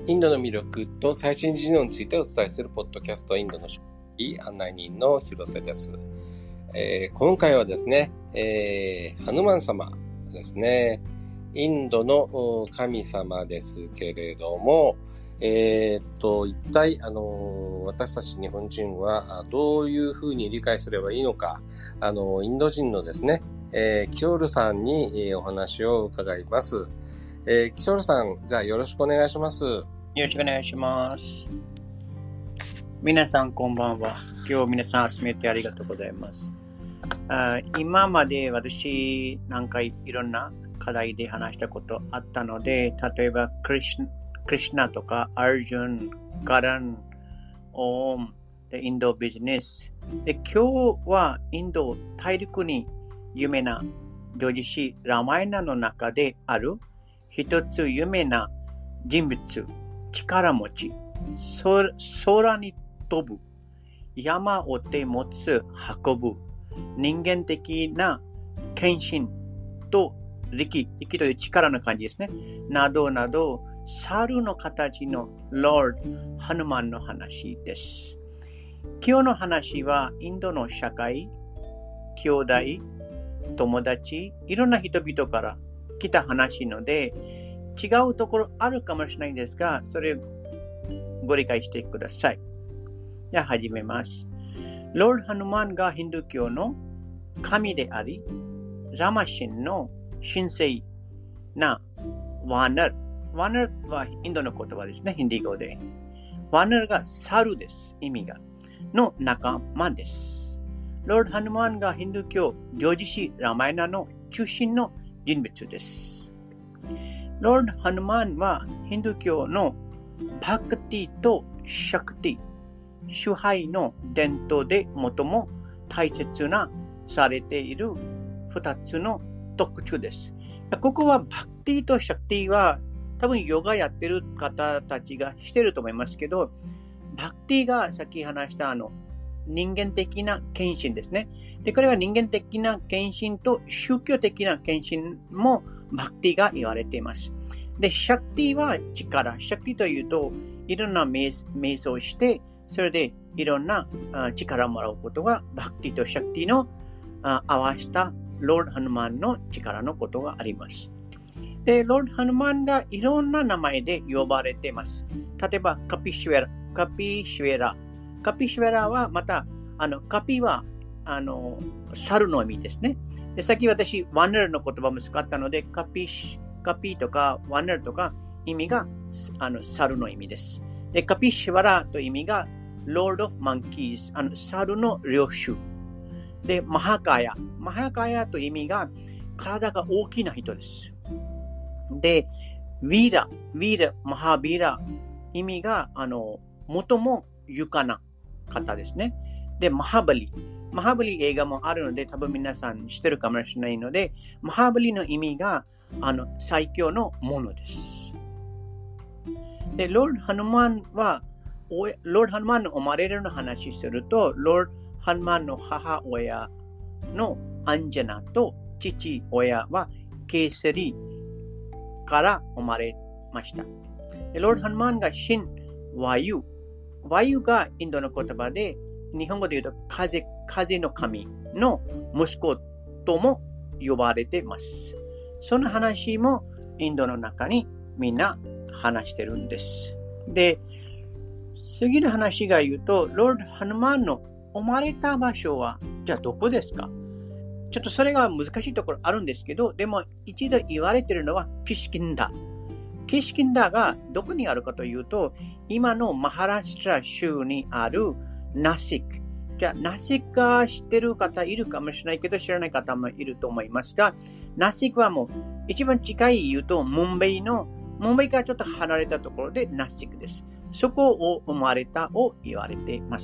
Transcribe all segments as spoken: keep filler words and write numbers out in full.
インドの魅力と最新事情についてお伝えするポッドキャストインドの案内人の広瀬です。えー、今回はですね、えー、ハヌマン様ですね。インドの神様ですけれども、えー、っと一体あの私たち日本人はどういうふうに理解すればいいのか、あのインド人のですね、えー、キョールさんに、えー、お話を伺います。えー、キョールさん、じゃあよろしくお願いします。よろしくお願いします。皆さんこんばんは。今日皆さん集めてありがとうございます。あ今まで私何回いろんな課題で話したことあったので、例えばクリシュクリシュナとかアルジュン、カラン、オーム、インドビジネス。で今日はインド大陸に有名なジョージシー・ラマヤナの中である一つ有名な人物、力持ち、空に飛ぶ、山を手持つ、運ぶ、人間的な献身と力、力という力の感じですね。などなど、猿の形のロード、ハヌマンの話です。今日の話はインドの社会、兄弟、友達、いろんな人々から来た話ので、違うところあるかもしれないんですが、それをご理解してください。じゃあ始めます。ロード・ハヌマンがヒンドゥー教の神であり、ラマ神の神聖なワナル。ワナルはインドの言葉ですね、ヒンディー語で。ワナルが猿です、意味が。の仲間です。ロード・ハヌマンがヒンドゥー教、ジョージシー・ラマヤナの中心の人物です。ロード・ハヌマンはヒンドゥー教のバクティとシャクティ、崇拝の伝統で最も大切なされている二つの特徴です。ここはバクティとシャクティは多分ヨガやってる方たちがしてると思いますけど、バクティがさっき話したあの人間的な献身ですね。で、これは人間的な献身と宗教的な献身もバクティが言われています。で、シャクティは力。シャクティというと、いろんな瞑想をして、それでいろんな力をもらうことが、バクティとシャクティの合わせたロード・ハヌマンの力のことがあります。で、ロード・ハヌマンがいろんな名前で呼ばれています。例えば、カピシュエラ。カピシュエラ。カピシュエラはまた、あのカピはあの猿の意味ですね。で、さっき私、ワナルの言葉も使ったので、カピシュカピとかワナルとか意味があの猿の意味です。で、カピシュワラという意味が Lord of Monkeys、あの猿の領主。で、マハカヤ。マハカヤという意味が体が大きな人です。で、ヴィーラ、ヴィーラ、マハビーラ、意味があの最も豊かな方ですね。で、マハバリ。マハバリ映画もあるので、多分皆さん知ってるかもしれないので、マハバリの意味があの最強のものです。で、ロード・ハヌマンは、ロード・ハヌマンの生まれるの話すると、ロード・ハヌマンの母親のアンジャナと父親はケーセリから生まれました。で、ロード・ハヌマンが神ワユ。ワユがインドの言葉で、日本語で言うと風、風の神の息子とも呼ばれています。その話もインドの中にみんな話してるんです。で、次の話が言うと、ロード・ハヌマンの生まれた場所は、じゃあどこですか？ちょっとそれが難しいところあるんですけど、でも一度言われているのはキシキンダ。キシキンダがどこにあるかというと、今のマハラシュトラ州にあるナシック。じゃあ、ナシックが知ってる方いるかもしれないけど、知らない方もいると思いますが、ナシックはもう一番近い言うと、ムンバイの、ムンバイからちょっと離れたところでナシックです。そこを生まれたを言われています。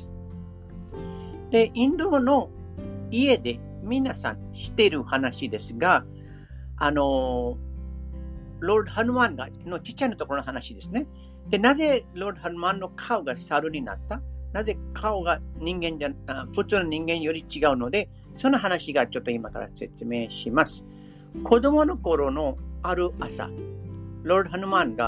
で、インドの家で皆さん知っている話ですが、あの、ロード・ハヌマンがのちっちゃいのところの話ですね。で、なぜロード・ハヌマンの顔が猿になった？なぜ顔が人間じゃ、普通の人間より違うので、その話がちょっと今から説明します。子供の頃のある朝、ロード・ハヌマンが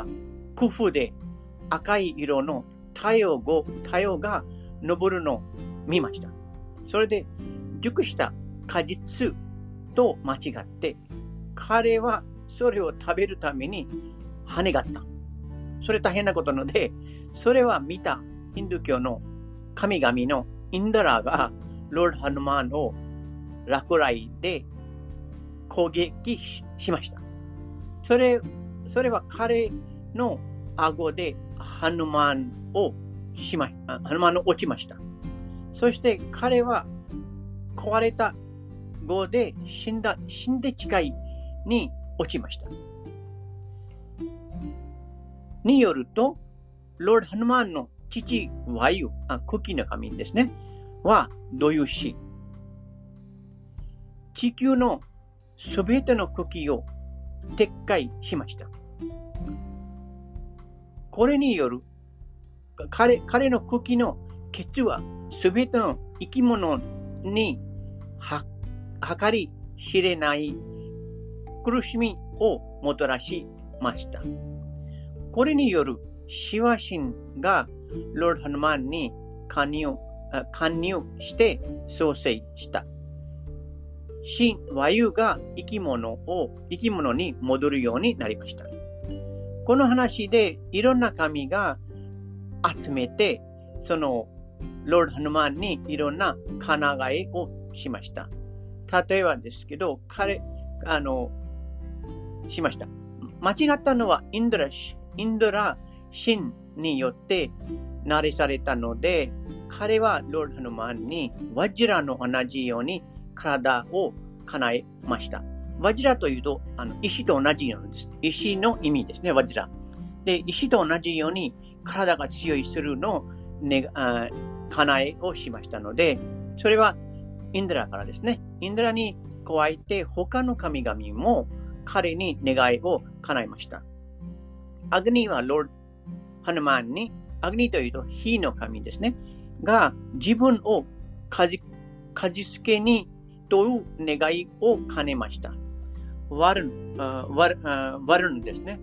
工夫で赤い色の太陽が、太陽が昇るのを見ました。それで熟した果実と間違って、彼はそれを食べるために跳ねがった。それ大変なことなので、それは見たヒンドゥー教の神々のインダラがロード・ハヌマンを落雷で攻撃 し, しました。それ、それは彼の顎でハヌマンをしま、ハヌマンを落ちました。そして彼は壊れた壕で死んだ、死んで近いに落ちました。によると、ロード・ハヌマンの父ワユ、茎の神ですね、はどういうし、地球のすべての茎を撤回しました。これによる、彼、彼の茎のケツはすべての生き物には計り知れない苦しみをもたらしました。これによるシワ神がロード・ハヌマンに加入、加入して創生した。神ワユが生き物を生き物に戻るようになりました。この話でいろんな神が集めて、そのロード・ハヌマンにいろんな金替えをしました。例えばですけど、彼、あの、しました。間違ったのはインドラシ、インドラ神によって慣れされたので、彼はロード・ハヌマンにワジラの同じように体を叶えました。ワジラというと、あの石と同じようです。石の意味ですね、ワジラ。で、石と同じように体が強いするのを、ね、あ叶えをしましたので、それはインドラからですね。インドラに加えて他の神々も彼に願いを叶えました。アグニはロード・ハヌマンに、アグニというと火の神ですね。が自分をかじ、かじつけにという願いを兼ねました。ワルン、ワルワルンですね。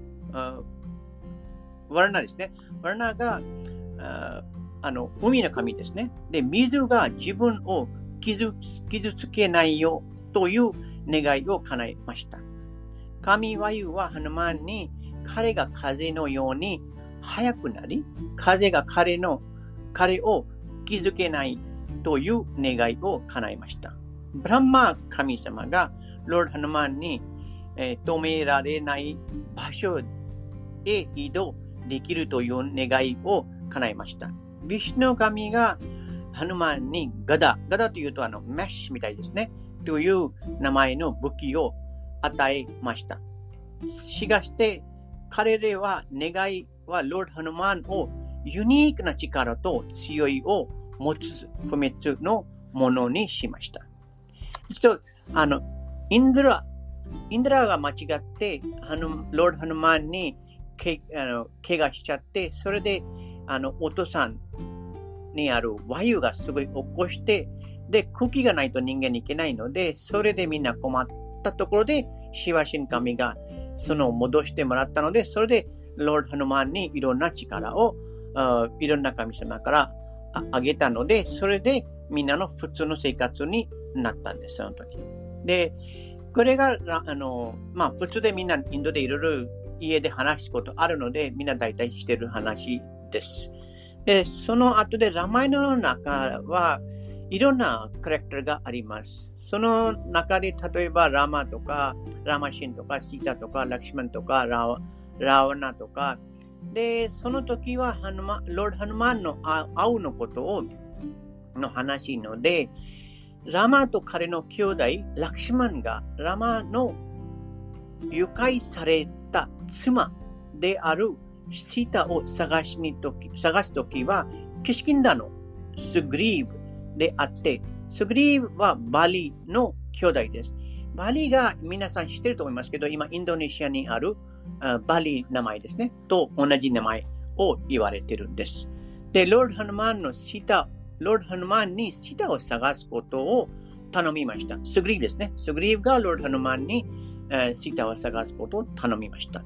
ワルナですね。ワルナがああの海の神ですね。で、水が自分を傷、傷つけないよという願いを叶えました。神ワユはハヌマンに彼が風のように速くなり、風が彼の彼を傷つけないという願いを叶えました。ブランマ神様がロード・ハヌマンに、えー、止められない場所へ移動できるという願いを叶えました。ビシュヌ神がハヌマンにガダ、ガダというとあのメッシュみたいですね、という名前の武器を与えました。しかして彼らは願いはロード・ハヌマンをユニークな力と強いを持つ不滅のものにしました。一度、あの、インドラ、インドラが間違ってハヌロード・ハヌマンにけあの怪我しちゃって、それであのお父さんにあるワユがすごい起こして、で、茎がないと人間にいけないので、それでみんな困ったところで、シワ神神がその戻してもらったので、それでロード・ハヌマンにいろんな力をいろんな神様からあげたので、それでみんなの普通の生活になったんです、その時。で、これが、あの、まあ、普通でみんなインドでいろいろ家で話すことあるので、みんな大体してる話です。で、その後でラマイナの中はいろんなキャラクターがあります。その中で例えばラマとか、ラマシンとか、シータとか、ラクシマンとか、ラワ、ラワナとか、で、その時はハヌマロード・ハヌマンの会うのことをの話ので、ラマと彼の兄弟、ラクシマンがラマの誘拐された妻であるシータを探しにとき、探すときは、キシキンダのスグリーブであって、スグリーブはバリの兄弟です。バリが皆さん知ってると思いますけど、今インドネシアにあるバリ名前ですね。と同じ名前を言われてるんです。で、ロード・ハヌマンのシータ、ロード・ハヌマンにシータを探すことを頼みました。スグリーブですね。スグリーブがロード・ハヌマンにシータを探すことを頼みました。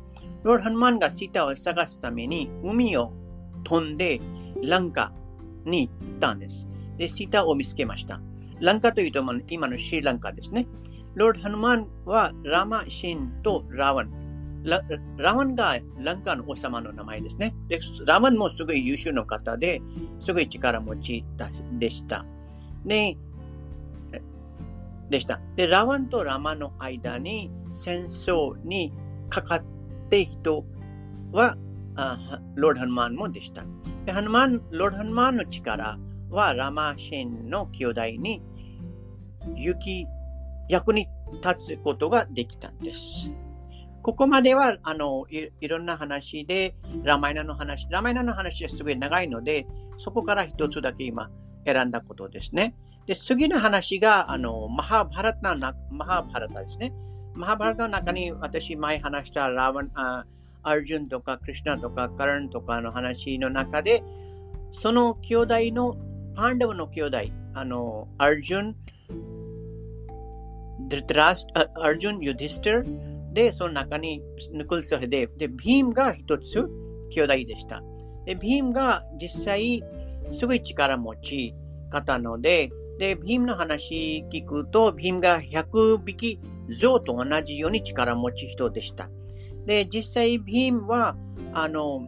ロード・ハヌマンがシータを探すために海を飛んでランカに行ったんです。で、シータを見つけました。ランカというと今のシリランカですね。ロード・ハヌマンはラマ、シンとラワン。ラ, ラワンがランカの王様の名前ですね。で、ラワンもすごい優秀な方で、すごい力持ちでした。で、でした。で、ラワンとラマの間に戦争にかかって人はあロード・ハヌマンもでした。で、ハヌマン、ロード・ハヌマンの力はラマ・シェンの兄弟に行き、役に立つことができたんです。ここまではあの い, いろんな話で、ラマイナの話、ラマイナの話はすごい長いので、そこから一つだけ今選んだことですね。で、次の話が、あの、マハバラタの、マハバラタですね。マハバラタの中に私前話したラワン、あアルジュンとかクリシュナとかカランとかの話の中で、その兄弟の、パンダムの兄弟、あの、アルジュン、ドゥトラスト、アルジュン、ユディスター、で、その中にヌクルサヘで、で、ビームが一つ兄弟でした。で、ビームが実際すごい力持ち方ので、で、ビームの話聞くと、ビームがひゃくびき象と同じように力持ち人でした。で、実際ビームは、あの、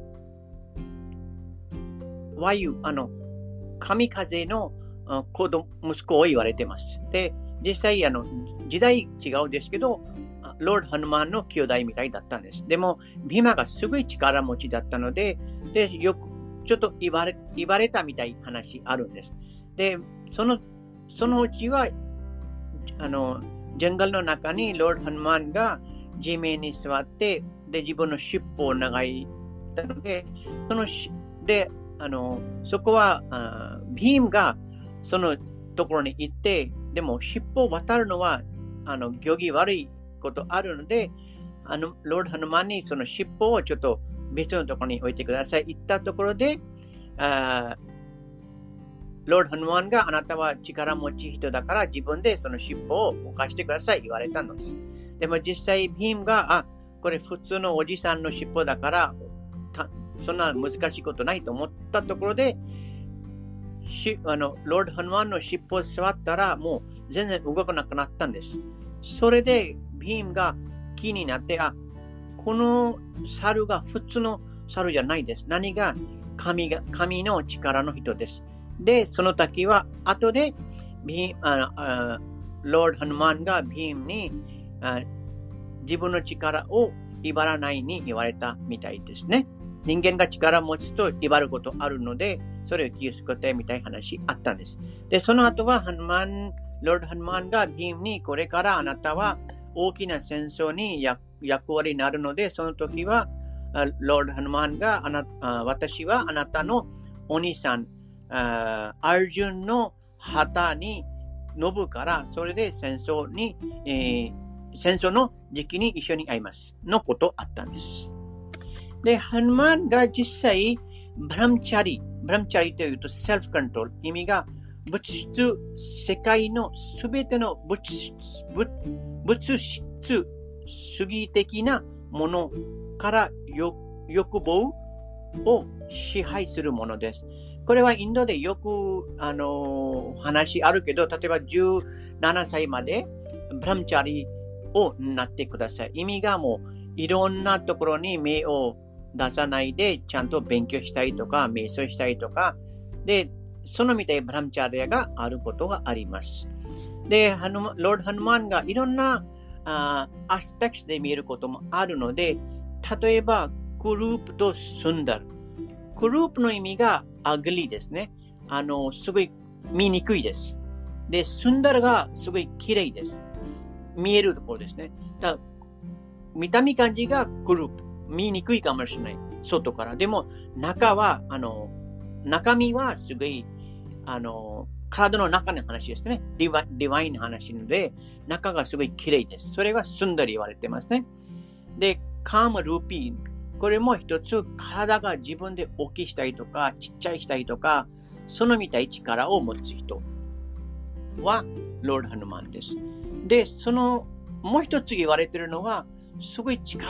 ワユ、あの、神風の子供、息子を言われています。で、実際、あの、時代違うですけど、ロード・ハヌマンの兄弟みたいだったんです。でも、ビーマがすごい力持ちだったので、で、よく、ちょっと言われ、言われたみたいな話あるんです。で、その、そのうちは、あの、ジャングルの中にロード・ハヌマンが地面に座って、で、自分の尻尾を長いたので、そのし、で、あの、そこは、あビームがそのところに行って、でも尻尾を渡るのは、あの、行儀悪いことあるので、あのロード・ハヌマンにその尻尾をちょっと別のところに置いてください。行ったところで、あロード・ハヌマンがあなたは力持ち人だから自分でその尻尾を動かしてください言われたのです。でも実際ビームが、あ、これ普通のおじさんの尻尾だからそんな難しいことないと思ったところで、しあのロード・ハヌマンの尻尾を触ったらもう全然動かなくなったんです。それでビームが気になって、あ、この猿が普通の猿じゃないです。何が神が神の力の人です。で、その時は後でビームああロード・ハヌマンがビームにあ自分の力を威張らないに言われたみたいですね。人間が力を持つと威張ることあるので、それを気をつけてみたい話あったんです。で、その後はハヌマン、ロード・ハヌマンがビームにこれからあなたは大きな戦争に役割になるので、その時はロード・ハヌマンがあな私はあなたのお兄さん、アルジュンの旗に乗ぶから、それで戦争に、えー、戦争の時期に一緒に会いますのことあったんです。で、ハヌマンが実際ブラムチャリ、ブラムチャリというとセルフコントロール、意味が物質、世界のすべての物質、物質主義的なものから欲望を支配するものです。これはインドでよく、あのー、話あるけど、例えばじゅうななさいまでブラムチャリをなってください。意味がもういろんなところに目を出さないでちゃんと勉強したりとか瞑想したりとかで、そのみたいブラムチャリアがあることがあります。で、ハヌマロード・ハヌマンがいろんなあアスペクトで見えることもあるので、例えばクループとスンダル。クループの意味がアグリーですね。あの、すごい見にくいです。で、スンダルがすごい綺麗です。見えるところですね。だ見た目感じがクループ。見にくいかもしれない。外から。でも、中は、あの、中身はすごい、あの、体の中の話ですね。ディワ、ディワインの話なので、中がすごい綺麗です。それがスンダル言われてますね。で、カーマルーピー。これも一つ、体が自分で大きいしたりとか、ちっちゃいしたりとか、そのみたい力を持つ人は、ロード・ハヌマンです。で、その、もう一つ言われているのは、すごい力。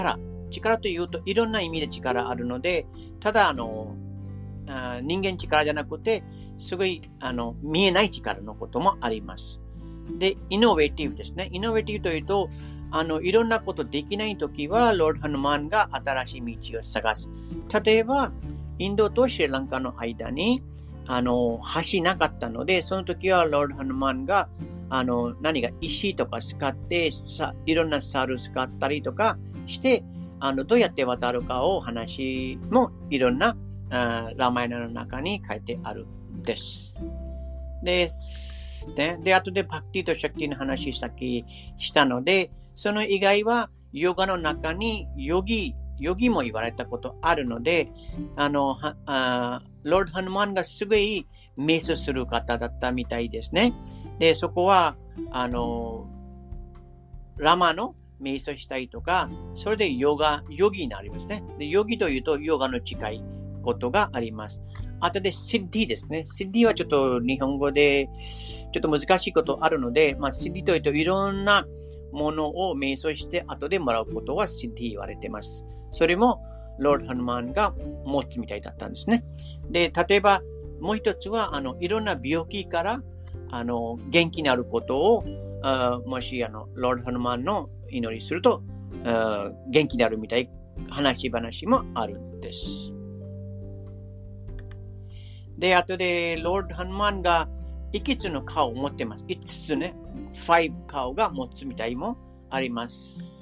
力というといろんな意味で力あるので、ただあのあ人間力じゃなくて、すごいあの見えない力のこともあります。で、イノベーティブですね。イノベーティブというと、あのいろんなことできないときは、ロード・ハヌマンが新しい道を探す。例えば、インドとシリランカの間にあの橋なかったので、その時はロード・ハヌマンがあの何が石とか使ってさ、いろんな猿使ったりとかして、あのどうやって渡るかを話もいろんなあラマヤナの中に書いてあるんです。で、ね、で、後でパクティとシャクティの話さっきしたので、その以外はヨガの中にヨギ、ヨギも言われたことあるので、あの、あロード・ハヌマンがすごい瞑想する方だったみたいですね。で、そこは、あの、ラマの瞑想したりとか、それでヨガ、ヨギになりますね。で、ヨギというとヨガの近いことがあります。あとでシッディですね。シッディはちょっと日本語でちょっと難しいことあるので、まあ、シッディというといろんなものを瞑想して後でもらうことはシッディ言われています。それもロード・ハヌマンが持つみたいだったんですね。で、例えばもう一つはあのいろんな病気からあの元気になることをあもしあのロード・ハヌマンの祈りするとあ元気になるみたい話話もあるんです。で、あとでロード・ハヌマンがいくつの顔を持ってます。いつつね、ご顔が持つみたいもあります。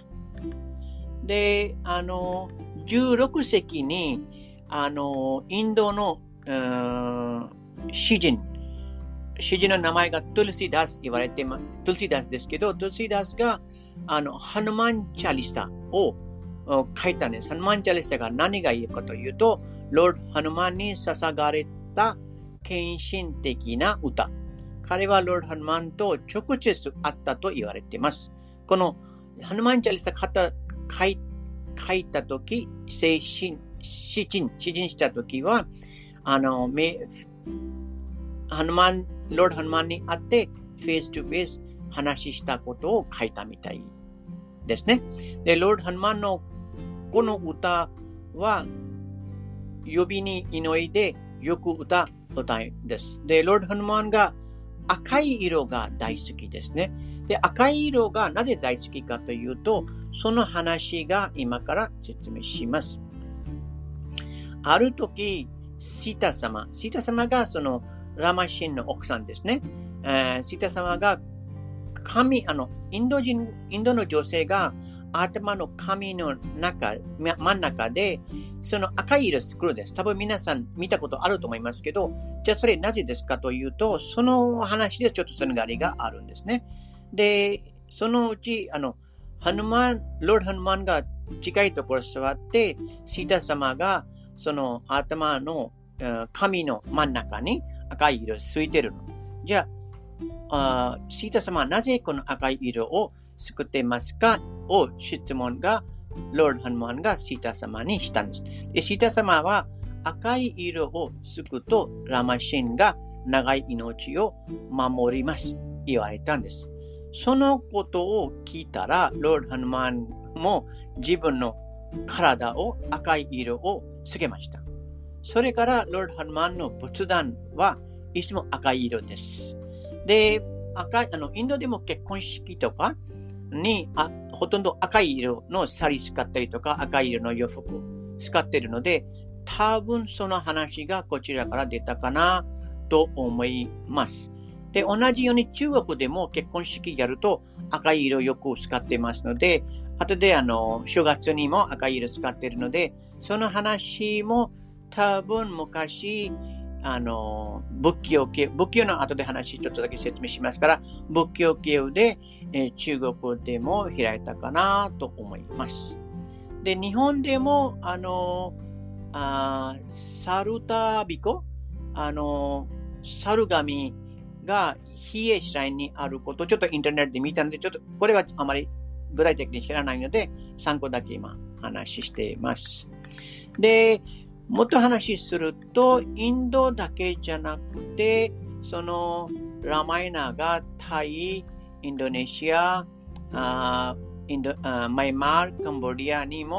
で、あの、じゅうろく世紀に、あの、インドの、詩人、詩人の名前がトゥルシダス言われてます。トゥルシダスですけど、トゥルシダスが、あの、ハヌマンチャリサを書いたんです。ハヌマンチャリサが何が言うかというと、ロード・ハヌマンに捧がれた献身的な歌。彼はロード・ハヌマンと直接会ったと言われています。このハヌマンチャリサ書い書いたとき、聖心、詩人、詩人したときは、あの、ハヌマン、ロード・ハヌマンに会って、フェイストゥフェイス話したことを書いたみたいですね。で、ロード・ハヌマンのこの歌は、呼びに祈りでよく歌歌いです。で、ロード・ハヌマンが赤い色が大好きですね。で、赤い色がなぜ大好きかというと、その話が今から説明します。ある時、シータ様、シータ様がそのラマシンの奥さんですね。えー、シータ様が髪、あの、インド人、インドの女性が頭の髪の中、真ん中で、その赤い色を作るんです。多分皆さん見たことあると思いますけど、じゃあそれなぜですかというと、その話でちょっとつながりがあるんですね。で、そのうち、あの、ハヌマン、ロード・ハヌマンが近いところに座って、シータ様がその頭の髪の真ん中に赤い色をついてるの。じゃあ、あシータ様はなぜこの赤い色を作っていますかを質問がロード・ハヌマンがシータ様にしたんです。で、シータ様は赤い色をつくとラマシンが長い命を守ります言われたんです。そのことを聞いたらロード・ハヌマンも自分の体を赤い色をつけました。それからロード・ハヌマンの仏壇はいつも赤い色です。で、赤いあのインドでも結婚式とかにあほとんど赤い色のサリ使ったりとか赤い色の洋服使っているので、多分その話がこちらから出たかなと思います。で、同じように中国でも結婚式やると赤い色をよく使ってますので、後であの正月にも赤い色使っているので、その話も多分昔あの仏教系、仏教の後で話ちょっとだけ説明しますから、仏教系で、えー、中国でも開いたかなと思います。で、日本でもあのあサルタビコ、あの猿神が比叡シラインにあることをちょっとインターネットで見たので、ちょっとこれはあまり具体的に知らないので、参考だけ今話しています。で、もっと話すると、インドだけじゃなくて、そのラマヤナがタイ、インドネシア、あインドあマイマー、カンボジアにも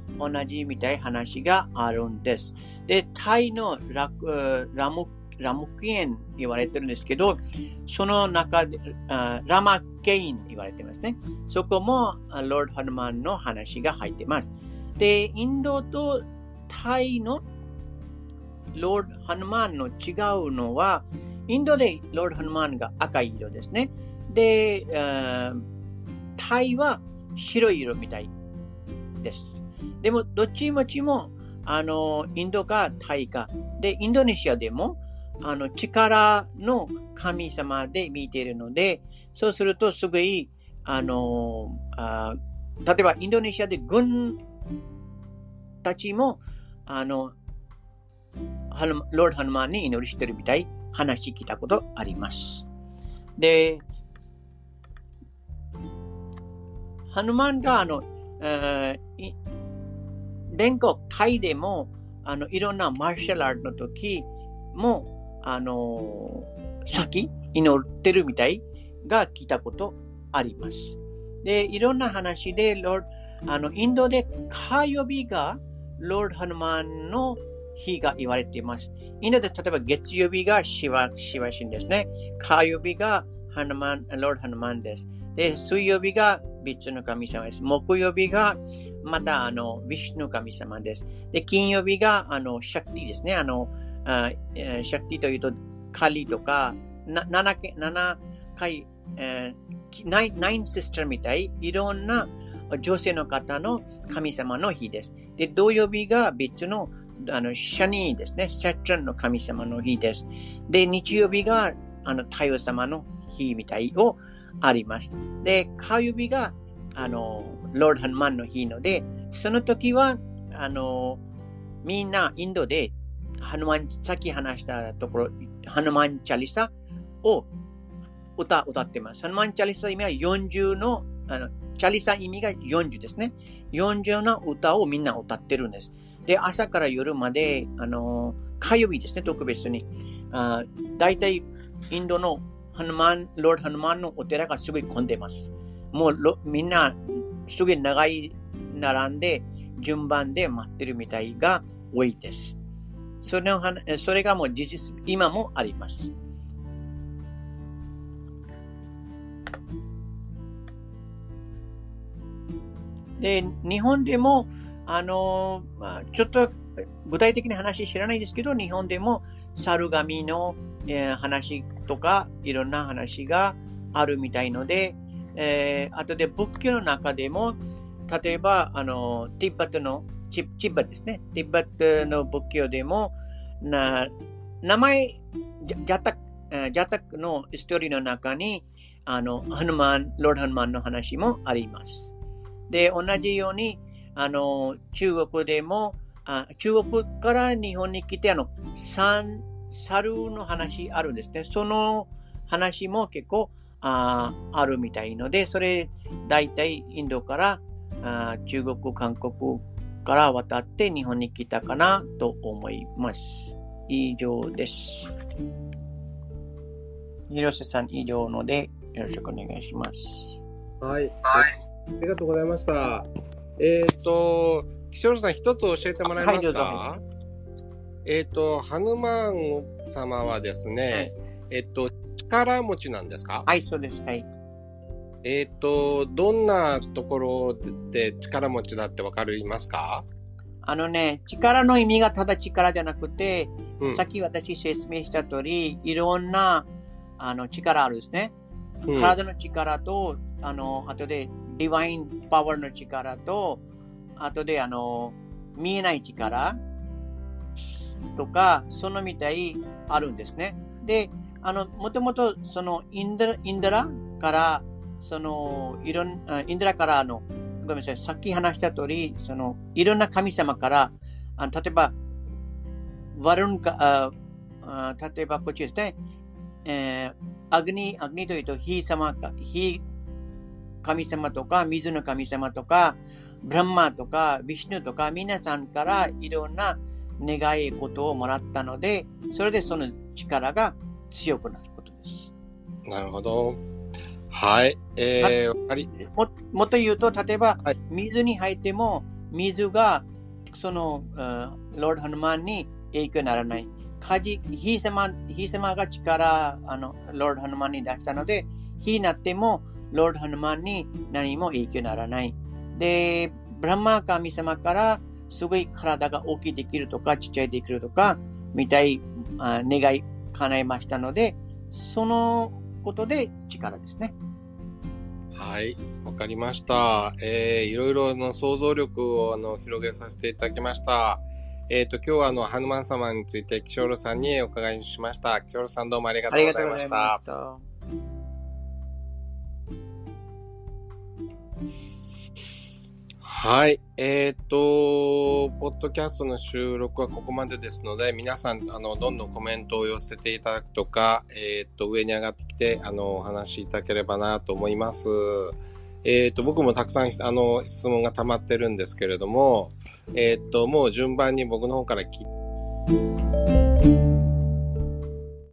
同じみたい話があるんです。で、タイのララムラムキエン言われてるんですけど、その中でラマケイン言われてますね。そこもロード・ハヌマンの話が入っています。で、インドとタイのロード・ハヌマンの違うのは、インドでロード・ハヌマンが赤い色ですね。で、タイは白い色みたいです。でも、どっちもちも、あの、インドかタイか。で、インドネシアでも、あの、力の神様で見ているので、そうすると、すごい、あの、あ例えば、インドネシアで軍たちも、あの、ロード・ハヌマンに祈りしてるみたい話聞いたことあります。で、ハヌマンがあの、えー、全国タイでもあのいろんなマーシャルアートの時もあの先祈ってるみたいが聞いたことあります。で、いろんな話でロあのインドで火曜日がロード・ハヌマンの日が言われています。インドで例えば月曜日がシワ、シワ神ですね。火曜日がハヌマン、ロード・ハヌマンです。で、水曜日がビッツの神様です。木曜日がまたあのビシュの神様です。で、金曜日があのシャクティですね。あのあシャクティというとカリとかな 7, 7回、えー、ナインシスターみたいいろんな女性の方の神様の日です。で、土曜日が別のあのシャニーですね。セトランの神様の日です。で、日曜日があの太陽様の日みたいをあります。で、火曜日があのロード・ハヌマンの日ので、その時はあのみんなインドでハヌマン、さっき話したところ、ハヌマンチャリサを歌歌ってます。ハヌマンチャリサ意味はよんじゅうの、あのチャリサ意味がよんじゅうですね。よんじゅうの歌をみんな歌ってるんです。で、朝から夜まで、あの火曜日ですね、特別に。あだいたいインドのハヌマン、ロード・ハヌマンのお寺がすごい混んでます。もうみんなすごい長い並んで順番で待ってるみたいが多いです。それのそれがもう事実、今もあります。で、日本でも、あの、まあ、ちょっと具体的な話知らないですけど、日本でも猿神の、えー、話とかいろんな話があるみたいので、えー、あとで仏教の中でも、例えば、あの、ティッバットの、チッバットですね。ティッバットの仏教でも、な名前、ジャタク、ジャタクのストーリーの中に、あの、ハヌマン、ロード・ハヌマンの話もあります。で、同じように、あの、中国でも、あ中国から日本に来て、あの、三、猿の話あるんですね。その話も結構、あ, あるみたいので、それ大体インドからあ中国、韓国から渡って日本に来たかなと思います。以上です。広瀬さん以上のでよろしくお願いします。 はい。はい、ありがとうございました。えっ、ー、と、岸原さん一つ教えてもらえますか？はい、えっ、ー、と、ハヌマン様はですね、はい、えっ、ー、と、力持ちなんですか？ はい、そうです。はい。 えっ、ー、と、どんなところで力持ちだってわかりますか？ あのね、力の意味がただ力じゃなくて、うん、さっき私説明した通り、いろんなあの力あるんですね。うん、体の力と、あの、あとでディバインパワーの力と、あとであの、見えない力とか、そのみたいあるんですね。で、あの、もともと、その、インドラ、インドラから、その、いろん、インドラからの、ごめんなさい、さっき話した通り、その、いろんな神様から、あの例えば、ワルンか、ああ例えば、こっちですね、えー、アグニ、アグニというと、火様か、火神様とか、水の神様とか、ブランマとか、ビシュヌとか、皆さんからいろんな願い事をもらったので、それでその力が強くなることです。 なるほど。はい。えー、 も, もっと言うと、例えば、はい、水に入っても、 水がその、うん、ロードハヌマンに影響にならない。火事、火様、火様が力、あの、ロードハヌマンに出したので、火になっても、ロードハヌマンに何も影響にならない。で、ブラマー神様からすごい体が大きいできるとか、ちっちゃいできるとか、みたい、あ願い叶えましたので、そのことで力ですね。 はい、わかりました。えー、いろいろの想像力をあの広げさせていただきました。えっ、ー、と、今日はあの、ハヌマン様について、キショールさんにお伺いしました。キショールさんどうもありがとうございました。はい。えっ、ー、と、ポッドキャストの収録はここまでですので、皆さん、あの、どんどんコメントを寄せていただくとか、えっ、ー、と、上に上がってきて、あの、お話しいただければなと思います。えっ、ー、と、僕もたくさん、あの、質問が溜まってるんですけれども、えっ、ー、と、もう順番に僕の方から聞